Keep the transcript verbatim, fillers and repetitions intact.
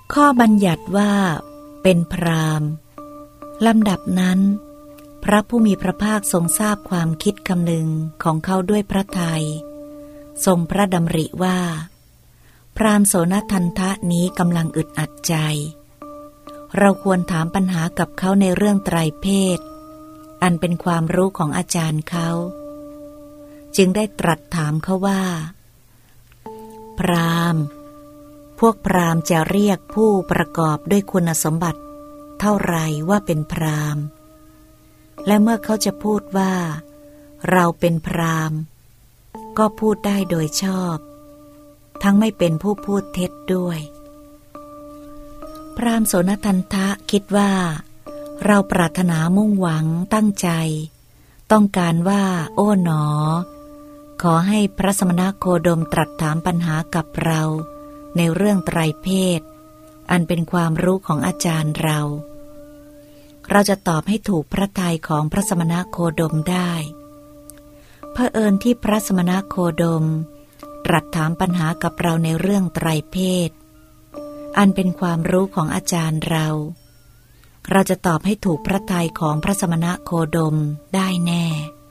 ข้อบัญญัติว่าเป็นพราหมณ์ลำดับนั้นพระผู้มีพระภาคทรงทราบความคิดคำนึงของเขาด้วยพระทัยทรงพระดำริว่าพราหมณ์โสนทันทะนี้กำลังอึดอัดใจเราควรถามปัญหากับเขาในเรื่องไตรเพศอันเป็นความรู้ของอาจารย์เขาจึงได้ตรัสถามเขาว่าพราหมณ์พวกพราหมณ์จะเรียกผู้ประกอบด้วยคุณสมบัติเท่าไรว่าเป็นพราหมณ์และเมื่อเขาจะพูดว่าเราเป็นพราหมณ์ก็พูดได้โดยชอบทั้งไม่เป็นผู้พูดเท็จด้วยพราหมณ์โสนทันทะคิดว่าเราปรารถนามุ่งหวังตั้งใจต้องการว่าโอ้หนอขอให้พระสมณโคดมตรัสถามปัญหากับเราในเรื่องไตรเพศอันเป็นความรู้ของอาจารย์เราเราจะตอบให้ถูกพระทัยของพระสมณโคดมได้เผอิญที่พระสมณโคดมตรัสถามปัญหากับเราในเรื่องไตรเพศอันเป็นความรู้ของอาจารย์เราเราจะตอบให้ถูกพระทัยของพระสมณโคดมได้แน่